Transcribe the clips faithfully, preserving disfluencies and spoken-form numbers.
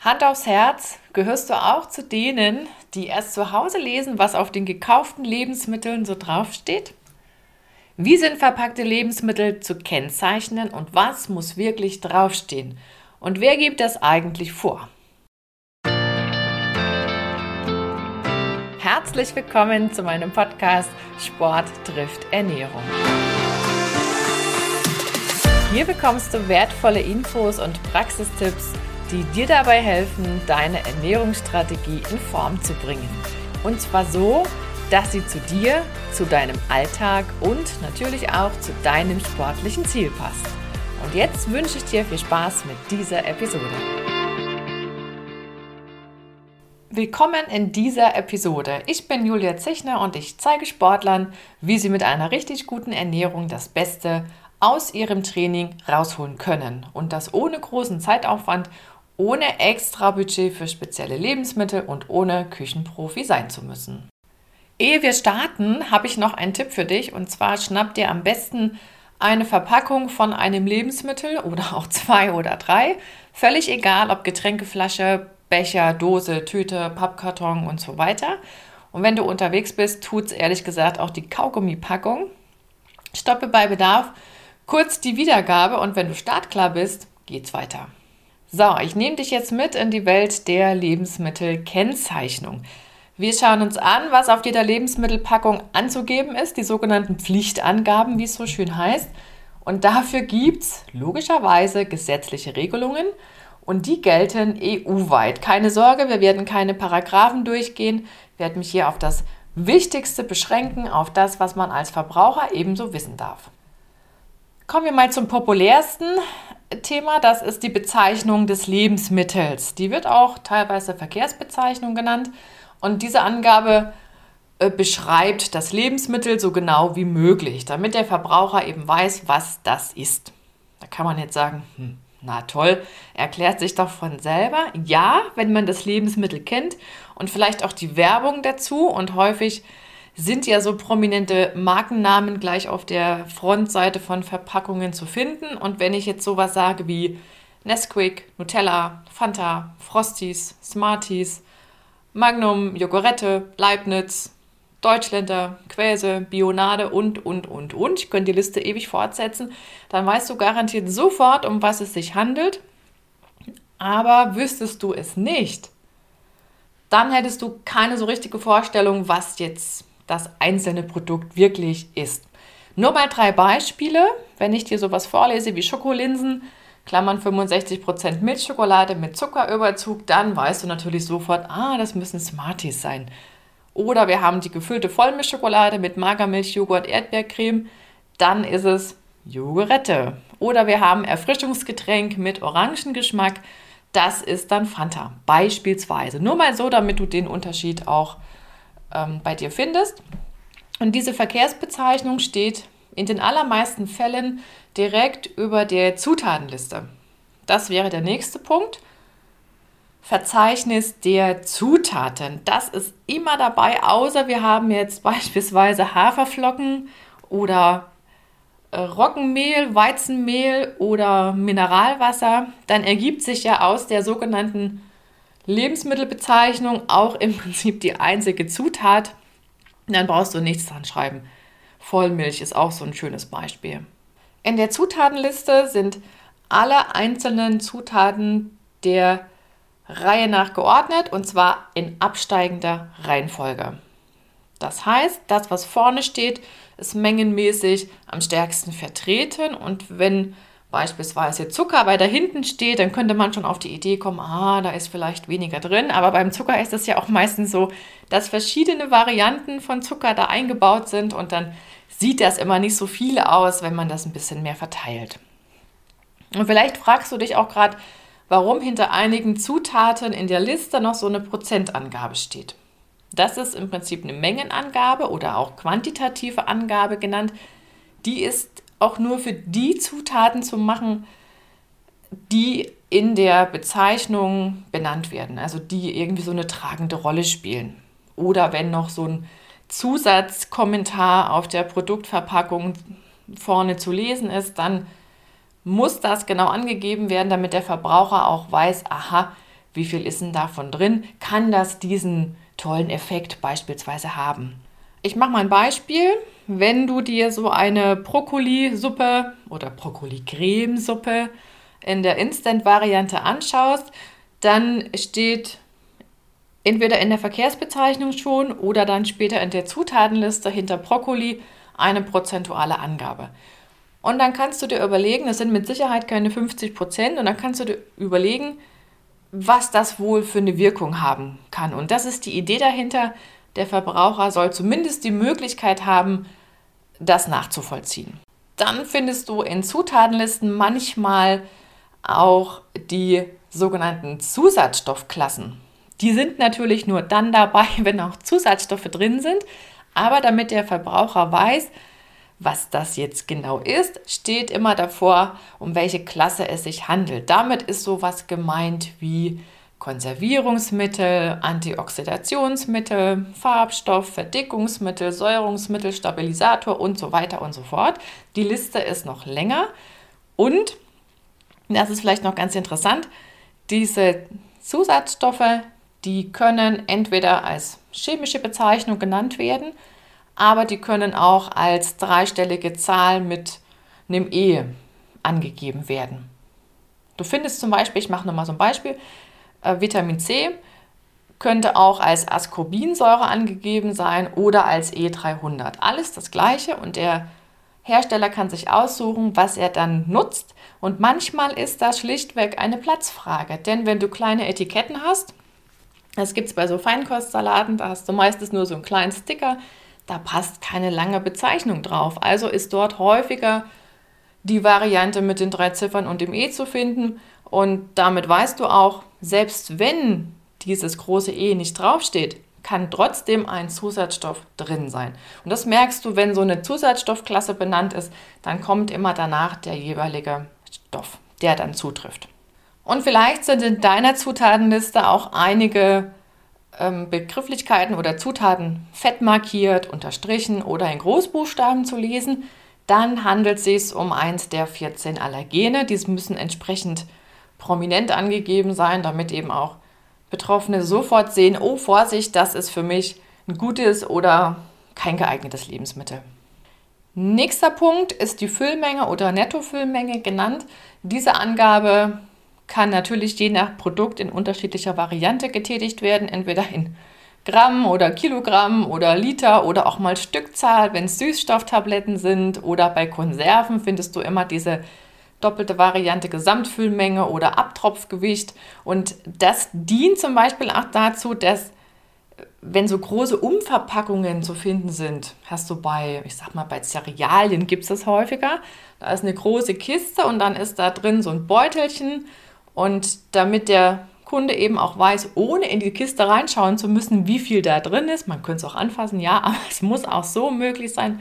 Hand aufs Herz, gehörst du auch zu denen, die erst zu Hause lesen, was auf den gekauften Lebensmitteln so draufsteht? Wie sind verpackte Lebensmittel zu kennzeichnen und was muss wirklich draufstehen? Und wer gibt das eigentlich vor? Herzlich willkommen zu meinem Podcast Sport trifft Ernährung. Hier bekommst du wertvolle Infos und Praxistipps, die dir dabei helfen, deine Ernährungsstrategie in Form zu bringen. Und zwar so, dass sie zu dir, zu deinem Alltag und natürlich auch zu deinem sportlichen Ziel passt. Und jetzt wünsche ich dir viel Spaß mit dieser Episode. Willkommen in dieser Episode. Ich bin Julia Zichner und ich zeige Sportlern, wie sie mit einer richtig guten Ernährung das Beste aus ihrem Training rausholen können. Und das ohne großen Zeitaufwand, ohne extra Budget für spezielle Lebensmittel und ohne Küchenprofi sein zu müssen. Ehe wir starten, habe ich noch einen Tipp für dich, und zwar schnapp dir am besten eine Verpackung von einem Lebensmittel oder auch zwei oder drei, völlig egal ob Getränkeflasche, Becher, Dose, Tüte, Pappkarton und so weiter. Und wenn du unterwegs bist, tut's ehrlich gesagt auch die Kaugummipackung. Stoppe bei Bedarf kurz die Wiedergabe und wenn du startklar bist, geht's weiter. So, ich nehme dich jetzt mit in die Welt der Lebensmittelkennzeichnung. Wir schauen uns an, was auf jeder Lebensmittelpackung anzugeben ist, die sogenannten Pflichtangaben, wie es so schön heißt. Und dafür gibt es logischerweise gesetzliche Regelungen und die gelten E U-weit. Keine Sorge, wir werden keine Paragraphen durchgehen, ich werde mich hier auf das Wichtigste beschränken, auf das, was man als Verbraucher ebenso wissen darf. Kommen wir mal zum populärsten Thema, das ist die Bezeichnung des Lebensmittels. Die wird auch teilweise Verkehrsbezeichnung genannt und diese Angabe äh, beschreibt das Lebensmittel so genau wie möglich, damit der Verbraucher eben weiß, was das ist. Da kann man jetzt sagen, hm, na toll, erklärt sich doch von selber. Ja, wenn man das Lebensmittel kennt und vielleicht auch die Werbung dazu, und häufig sind ja so prominente Markennamen gleich auf der Frontseite von Verpackungen zu finden. Und wenn ich jetzt sowas sage wie Nesquik, Nutella, Fanta, Frosties, Smarties, Magnum, Jogurette, Leibniz, Deutschländer, Quäse, Bionade und, und, und, und, ich könnte die Liste ewig fortsetzen, dann weißt du garantiert sofort, um was es sich handelt. Aber wüsstest du es nicht, dann hättest du keine so richtige Vorstellung, was jetzt das einzelne Produkt wirklich ist. Nur mal drei Beispiele, wenn ich dir sowas vorlese wie Schokolinsen, Klammern fünfundsechzig Prozent Milchschokolade mit Zuckerüberzug, dann weißt du natürlich sofort, ah, das müssen Smarties sein. Oder wir haben die gefüllte Vollmilchschokolade mit Magermilch, Joghurt, Erdbeercreme, dann ist es Jogurette. Oder wir haben Erfrischungsgetränk mit Orangengeschmack, das ist dann Fanta, beispielsweise. Nur mal so, damit du den Unterschied auch ähm, bei dir findest. Und diese Verkehrsbezeichnung steht in den allermeisten Fällen direkt über der Zutatenliste. Das wäre der nächste Punkt. Verzeichnis der Zutaten. Das ist immer dabei, außer wir haben jetzt beispielsweise Haferflocken oder äh, Roggenmehl, Weizenmehl oder Mineralwasser. Dann ergibt sich ja aus der sogenannten Lebensmittelbezeichnung auch im Prinzip die einzige Zutat. Dann brauchst du nichts dran schreiben. Vollmilch ist auch so ein schönes Beispiel. In der Zutatenliste sind alle einzelnen Zutaten der Reihe nach geordnet und zwar in absteigender Reihenfolge. Das heißt, das, was vorne steht, ist mengenmäßig am stärksten vertreten und wenn beispielsweise Zucker weiter hinten steht, dann könnte man schon auf die Idee kommen, ah, da ist vielleicht weniger drin. Aber beim Zucker ist es ja auch meistens so, dass verschiedene Varianten von Zucker da eingebaut sind und dann sieht das immer nicht so viel aus, wenn man das ein bisschen mehr verteilt. Und vielleicht fragst du dich auch gerade, warum hinter einigen Zutaten in der Liste noch so eine Prozentangabe steht. Das ist im Prinzip eine Mengenangabe oder auch quantitative Angabe genannt. Die ist auch nur für die Zutaten zu machen, die in der Bezeichnung benannt werden, also die irgendwie so eine tragende Rolle spielen. Oder wenn noch so ein Zusatzkommentar auf der Produktverpackung vorne zu lesen ist, dann muss das genau angegeben werden, damit der Verbraucher auch weiß, aha, wie viel ist denn davon drin, kann das diesen tollen Effekt beispielsweise haben. Ich mache mal ein Beispiel. Wenn du dir so eine Brokkolisuppe oder Brokkoli-Cremesuppe in der Instant-Variante anschaust, dann steht entweder in der Verkehrsbezeichnung schon oder dann später in der Zutatenliste hinter Brokkoli eine prozentuale Angabe. Und dann kannst du dir überlegen, das sind mit Sicherheit keine fünfzig Prozent, und dann kannst du dir überlegen, was das wohl für eine Wirkung haben kann. Und das ist die Idee dahinter. Der Verbraucher soll zumindest die Möglichkeit haben, das nachzuvollziehen. Dann findest du in Zutatenlisten manchmal auch die sogenannten Zusatzstoffklassen. Die sind natürlich nur dann dabei, wenn auch Zusatzstoffe drin sind, aber damit der Verbraucher weiß, was das jetzt genau ist, steht immer davor, um welche Klasse es sich handelt. Damit ist sowas gemeint wie Konservierungsmittel, Antioxidationsmittel, Farbstoff, Verdickungsmittel, Säurungsmittel, Stabilisator und so weiter und so fort. Die Liste ist noch länger und, das ist vielleicht noch ganz interessant, diese Zusatzstoffe, die können entweder als chemische Bezeichnung genannt werden, aber die können auch als dreistellige Zahl mit einem E angegeben werden. Du findest zum Beispiel, ich mache nochmal so ein Beispiel, äh, Vitamin C könnte auch als Ascorbinsäure angegeben sein oder als E dreihundert. Alles das Gleiche, und der Hersteller kann sich aussuchen, was er dann nutzt, und manchmal ist das schlichtweg eine Platzfrage, denn wenn du kleine Etiketten hast, das gibt es bei so Feinkostsalaten, da hast du meistens nur so einen kleinen Sticker, da passt keine lange Bezeichnung drauf. Also ist dort häufiger die Variante mit den drei Ziffern und dem E zu finden. Und damit weißt du auch, selbst wenn dieses große E nicht draufsteht, kann trotzdem ein Zusatzstoff drin sein. Und das merkst du, wenn so eine Zusatzstoffklasse benannt ist, dann kommt immer danach der jeweilige Stoff, der dann zutrifft. Und vielleicht sind in deiner Zutatenliste auch einige Begrifflichkeiten oder Zutaten fett markiert, unterstrichen oder in Großbuchstaben zu lesen, dann handelt es sich um eins der vierzehn Allergene. Diese müssen entsprechend prominent angegeben sein, damit eben auch Betroffene sofort sehen, oh Vorsicht, das ist für mich ein gutes oder kein geeignetes Lebensmittel. Nächster Punkt ist die Füllmenge oder Nettofüllmenge genannt. Diese Angabe kann natürlich je nach Produkt in unterschiedlicher Variante getätigt werden, entweder in Gramm oder Kilogramm oder Liter oder auch mal Stückzahl, wenn es Süßstofftabletten sind, oder bei Konserven findest du immer diese doppelte Variante Gesamtfüllmenge oder Abtropfgewicht, und das dient zum Beispiel auch dazu, dass wenn so große Umverpackungen zu finden sind, hast du bei, ich sag mal, bei Cerealien gibt es das häufiger, da ist eine große Kiste und dann ist da drin so ein Beutelchen. Und damit der Kunde eben auch weiß, ohne in die Kiste reinschauen zu müssen, wie viel da drin ist, man könnte es auch anfassen, ja, aber es muss auch so möglich sein,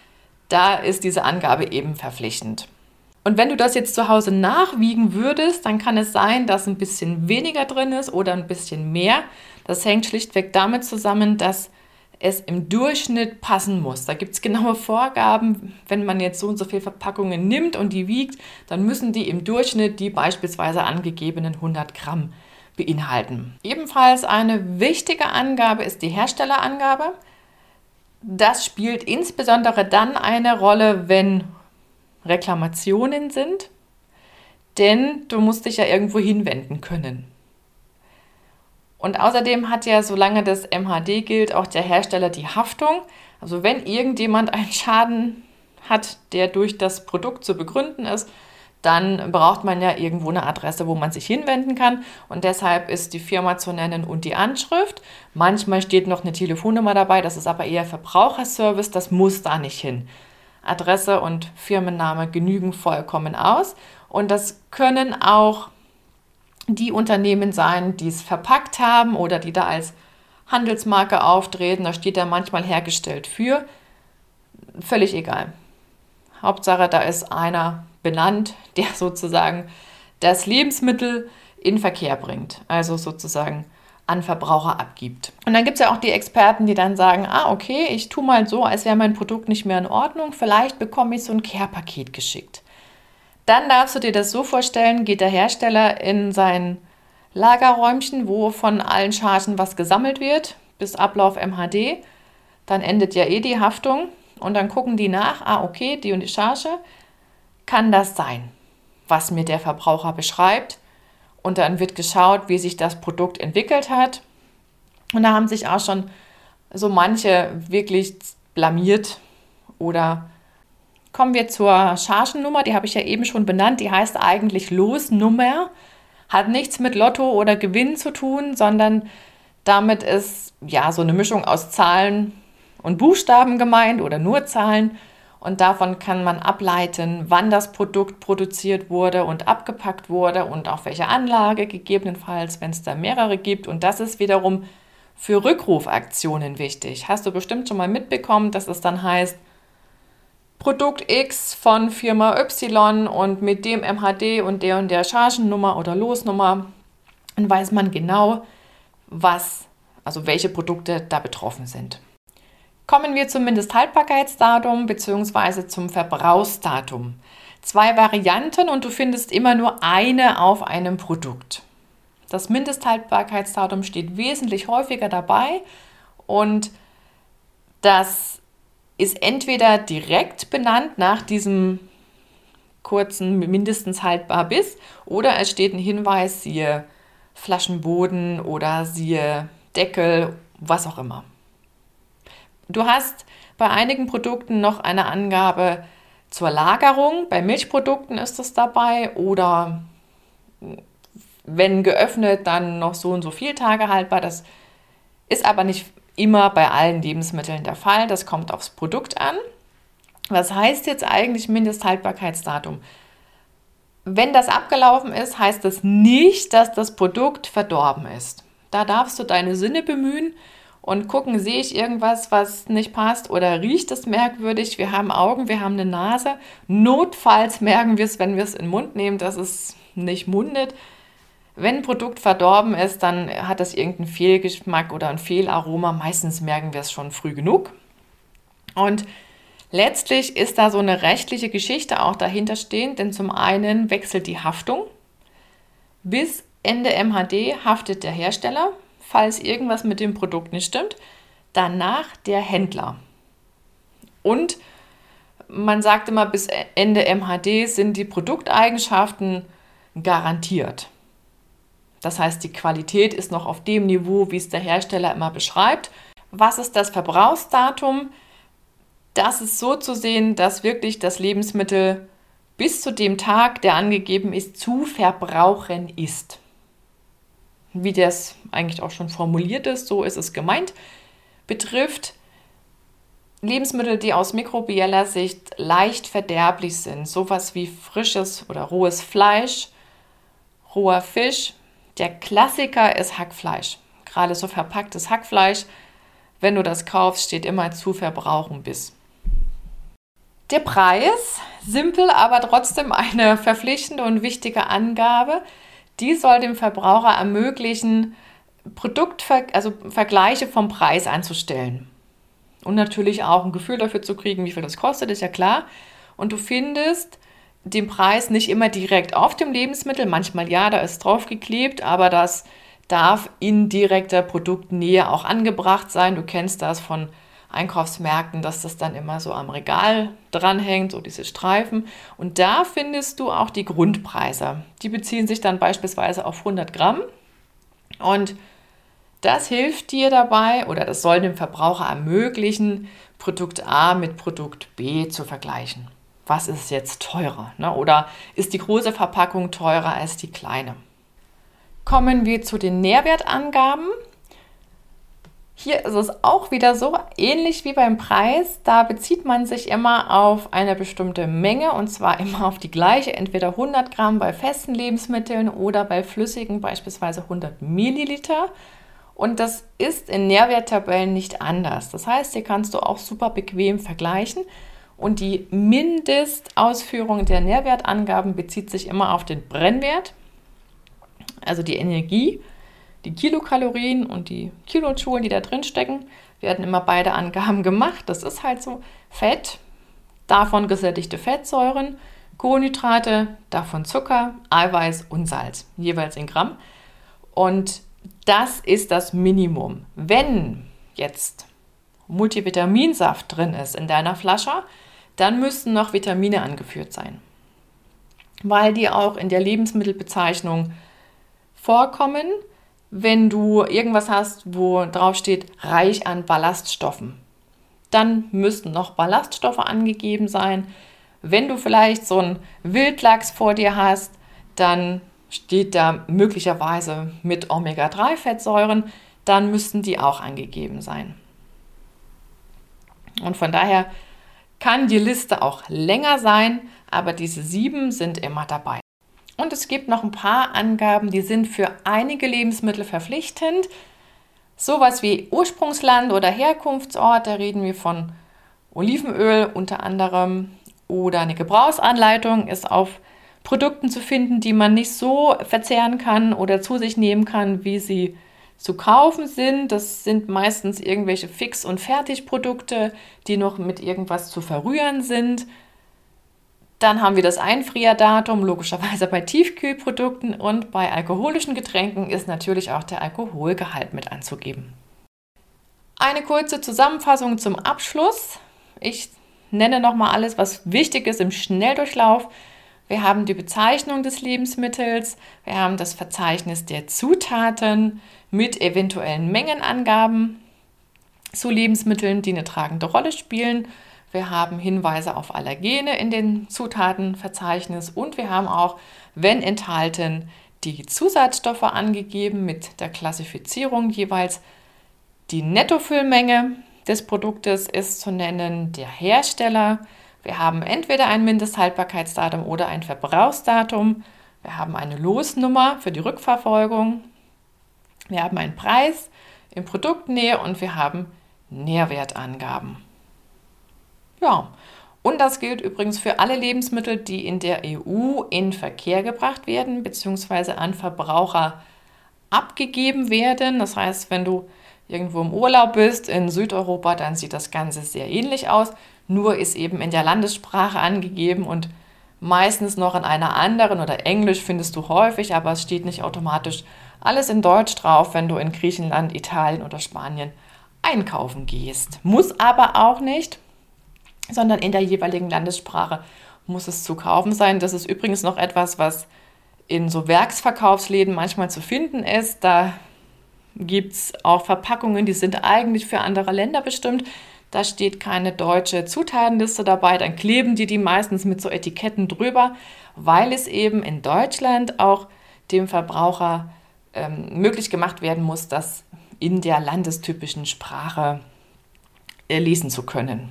da ist diese Angabe eben verpflichtend. Und wenn du das jetzt zu Hause nachwiegen würdest, dann kann es sein, dass ein bisschen weniger drin ist oder ein bisschen mehr. Das hängt schlichtweg damit zusammen, dass es im Durchschnitt passen muss. Da gibt es genaue Vorgaben, wenn man jetzt so und so viele Verpackungen nimmt und die wiegt, dann müssen die im Durchschnitt die beispielsweise angegebenen hundert Gramm beinhalten. Ebenfalls eine wichtige Angabe ist die Herstellerangabe. Das spielt insbesondere dann eine Rolle, wenn Reklamationen sind, denn du musst dich ja irgendwo hinwenden können. Und außerdem hat ja, solange das M H D gilt, auch der Hersteller die Haftung. Also wenn irgendjemand einen Schaden hat, der durch das Produkt zu begründen ist, dann braucht man ja irgendwo eine Adresse, wo man sich hinwenden kann. Und deshalb ist die Firma zu nennen und die Anschrift. Manchmal steht noch eine Telefonnummer dabei, das ist aber eher Verbraucherservice, das muss da nicht hin. Adresse und Firmenname genügen vollkommen aus. Und das können auch die Unternehmen sein, die es verpackt haben oder die da als Handelsmarke auftreten. Da steht ja manchmal hergestellt für. Völlig egal. Hauptsache, da ist einer benannt, der sozusagen das Lebensmittel in Verkehr bringt. Also sozusagen an Verbraucher abgibt. Und dann gibt es ja auch die Experten, die dann sagen, ah, okay, ich tue mal so, als wäre mein Produkt nicht mehr in Ordnung. Vielleicht bekomme ich so ein Care-Paket geschickt. Dann darfst du dir das so vorstellen, geht der Hersteller in sein Lagerräumchen, wo von allen Chargen was gesammelt wird, bis Ablauf M H D. Dann endet ja eh die Haftung und dann gucken die nach, ah okay, die und die Charge, kann das sein, was mir der Verbraucher beschreibt? Und dann wird geschaut, wie sich das Produkt entwickelt hat. Und da haben sich auch schon so manche wirklich blamiert. Oder kommen wir zur Chargennummer, die habe ich ja eben schon benannt, die heißt eigentlich Losnummer, hat nichts mit Lotto oder Gewinn zu tun, sondern damit ist ja so eine Mischung aus Zahlen und Buchstaben gemeint oder nur Zahlen. Und davon kann man ableiten, wann das Produkt produziert wurde und abgepackt wurde und auf welche Anlage gegebenenfalls, wenn es da mehrere gibt. Und das ist wiederum für Rückrufaktionen wichtig. Hast du bestimmt schon mal mitbekommen, dass es dann heißt, Produkt X von Firma Y und mit dem M H D und der und der Chargennummer oder Losnummer. Dann weiß man genau, was, also welche Produkte da betroffen sind. Kommen wir zum Mindesthaltbarkeitsdatum bzw. zum Verbrauchsdatum. Zwei Varianten und du findest immer nur eine auf einem Produkt. Das Mindesthaltbarkeitsdatum steht wesentlich häufiger dabei und das ist entweder direkt benannt nach diesem kurzen mindestens haltbar bis oder es steht ein Hinweis, siehe Flaschenboden oder siehe Deckel, was auch immer. Du hast bei einigen Produkten noch eine Angabe zur Lagerung. Bei Milchprodukten ist das dabei oder wenn geöffnet, dann noch so und so viele Tage haltbar. Das ist aber nicht immer bei allen Lebensmitteln der Fall. Das kommt aufs Produkt an. Was heißt jetzt eigentlich Mindesthaltbarkeitsdatum? Wenn das abgelaufen ist, heißt das nicht, dass das Produkt verdorben ist. Da darfst du deine Sinne bemühen und gucken, sehe ich irgendwas, was nicht passt oder riecht es merkwürdig. Wir haben Augen, wir haben eine Nase. Notfalls merken wir es, wenn wir es in den Mund nehmen, dass es nicht mundet. Wenn ein Produkt verdorben ist, dann hat es irgendeinen Fehlgeschmack oder ein Fehlaroma. Meistens merken wir es schon früh genug. Und letztlich ist da so eine rechtliche Geschichte auch dahinter stehend, denn zum einen wechselt die Haftung. Bis Ende M H D haftet der Hersteller, falls irgendwas mit dem Produkt nicht stimmt, danach der Händler. Und man sagt immer, bis Ende M H D sind die Produkteigenschaften garantiert. Das heißt, die Qualität ist noch auf dem Niveau, wie es der Hersteller immer beschreibt. Was ist das Verbrauchsdatum? Das ist so zu sehen, dass wirklich das Lebensmittel bis zu dem Tag, der angegeben ist, zu verbrauchen ist. Wie das eigentlich auch schon formuliert ist, so ist es gemeint, betrifft Lebensmittel, die aus mikrobieller Sicht leicht verderblich sind. Sowas wie frisches oder rohes Fleisch, roher Fisch. Der Klassiker ist Hackfleisch. Gerade so verpacktes Hackfleisch, wenn du das kaufst, steht immer zu verbrauchen bis. Der Preis, simpel, aber trotzdem eine verpflichtende und wichtige Angabe, die soll dem Verbraucher ermöglichen, Produktver- also Vergleiche vom Preis anzustellen. Und natürlich auch ein Gefühl dafür zu kriegen, wie viel das kostet, ist ja klar. Und du findest den Preis nicht immer direkt auf dem Lebensmittel. Manchmal ja, da ist drauf geklebt, aber das darf in direkter Produktnähe auch angebracht sein. Du kennst das von Einkaufsmärkten, dass das dann immer so am Regal dranhängt, so diese Streifen. Und da findest du auch die Grundpreise. Die beziehen sich dann beispielsweise auf hundert Gramm. Und das hilft dir dabei oder das soll dem Verbraucher ermöglichen, Produkt A mit Produkt B zu vergleichen. Was ist jetzt teurer? Ne? Oder ist die große Verpackung teurer als die kleine? Kommen wir zu den Nährwertangaben. Hier ist es auch wieder so, ähnlich wie beim Preis, da bezieht man sich immer auf eine bestimmte Menge und zwar immer auf die gleiche, entweder hundert Gramm bei festen Lebensmitteln oder bei flüssigen beispielsweise hundert Milliliter. Und das ist in Nährwerttabellen nicht anders. Das heißt, hier kannst du auch super bequem vergleichen. Und die Mindestausführung der Nährwertangaben bezieht sich immer auf den Brennwert, also die Energie, die Kilokalorien und die Kilojoulen, die da drin stecken, werden immer beide Angaben gemacht. Das ist halt so. Fett, davon gesättigte Fettsäuren, Kohlenhydrate, davon Zucker, Eiweiß und Salz, jeweils in Gramm. Und das ist das Minimum. Wenn jetzt Multivitaminsaft drin ist in deiner Flasche, dann müssten noch Vitamine angeführt sein, weil die auch in der Lebensmittelbezeichnung vorkommen. Wenn du irgendwas hast, wo drauf steht, reich an Ballaststoffen, dann müssten noch Ballaststoffe angegeben sein. Wenn du vielleicht so einen Wildlachs vor dir hast, dann steht da möglicherweise mit Omega drei Fettsäuren, dann müssten die auch angegeben sein. Und von daher kann die Liste auch länger sein, aber diese sieben sind immer dabei. Und es gibt noch ein paar Angaben, die sind für einige Lebensmittel verpflichtend. Sowas wie Ursprungsland oder Herkunftsort, da reden wir von Olivenöl unter anderem, oder eine Gebrauchsanleitung ist auf Produkten zu finden, die man nicht so verzehren kann oder zu sich nehmen kann, wie sie zu kaufen sind. Das sind meistens irgendwelche Fix- und Fertigprodukte, die noch mit irgendwas zu verrühren sind. Dann haben wir das Einfrierdatum, logischerweise bei Tiefkühlprodukten, und bei alkoholischen Getränken ist natürlich auch der Alkoholgehalt mit anzugeben. Eine kurze Zusammenfassung zum Abschluss. Ich nenne nochmal alles, was wichtig ist im Schnelldurchlauf. Wir haben die Bezeichnung des Lebensmittels, wir haben das Verzeichnis der Zutaten mit eventuellen Mengenangaben zu Lebensmitteln, die eine tragende Rolle spielen. Wir haben Hinweise auf Allergene in den Zutatenverzeichnis und wir haben auch, wenn enthalten, die Zusatzstoffe angegeben mit der Klassifizierung jeweils. Die Nettofüllmenge des Produktes ist zu nennen, der Hersteller. Wir haben entweder ein Mindesthaltbarkeitsdatum oder ein Verbrauchsdatum. Wir haben eine Losnummer für die Rückverfolgung. Wir haben einen Preis in Produktnähe und wir haben Nährwertangaben. Ja, und das gilt übrigens für alle Lebensmittel, die in der E U in Verkehr gebracht werden bzw. an Verbraucher abgegeben werden. Das heißt, wenn du irgendwo im Urlaub bist in Südeuropa, dann sieht das Ganze sehr ähnlich aus. Nur ist eben in der Landessprache angegeben und meistens noch in einer anderen, oder Englisch findest du häufig, aber es steht nicht automatisch alles in Deutsch drauf, wenn du in Griechenland, Italien oder Spanien einkaufen gehst. Muss aber auch nicht, sondern in der jeweiligen Landessprache muss es zu kaufen sein. Das ist übrigens noch etwas, was in so Werksverkaufsläden manchmal zu finden ist. Da gibt es auch Verpackungen, die sind eigentlich für andere Länder bestimmt. Da steht keine deutsche Zutatenliste dabei, dann kleben die die meistens mit so Etiketten drüber, weil es eben in Deutschland auch dem Verbraucher ähm, möglich gemacht werden muss, das in der landestypischen Sprache äh, lesen zu können.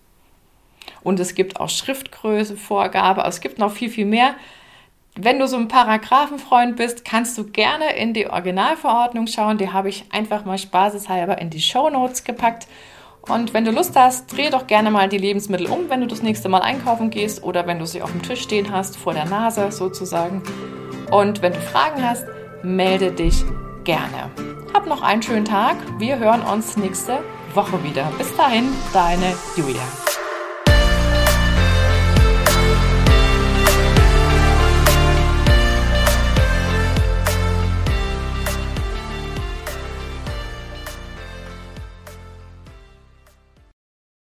Und es gibt auch Schriftgröße-Vorgabe, aber es gibt noch viel, viel mehr. Wenn du so ein Paragraphenfreund bist, kannst du gerne in die Originalverordnung schauen. Die habe ich einfach mal spaßeshalber in die Shownotes gepackt. Und wenn du Lust hast, dreh doch gerne mal die Lebensmittel um, wenn du das nächste Mal einkaufen gehst oder wenn du sie auf dem Tisch stehen hast, vor der Nase sozusagen. Und wenn du Fragen hast, melde dich gerne. Hab noch einen schönen Tag. Wir hören uns nächste Woche wieder. Bis dahin, deine Julia.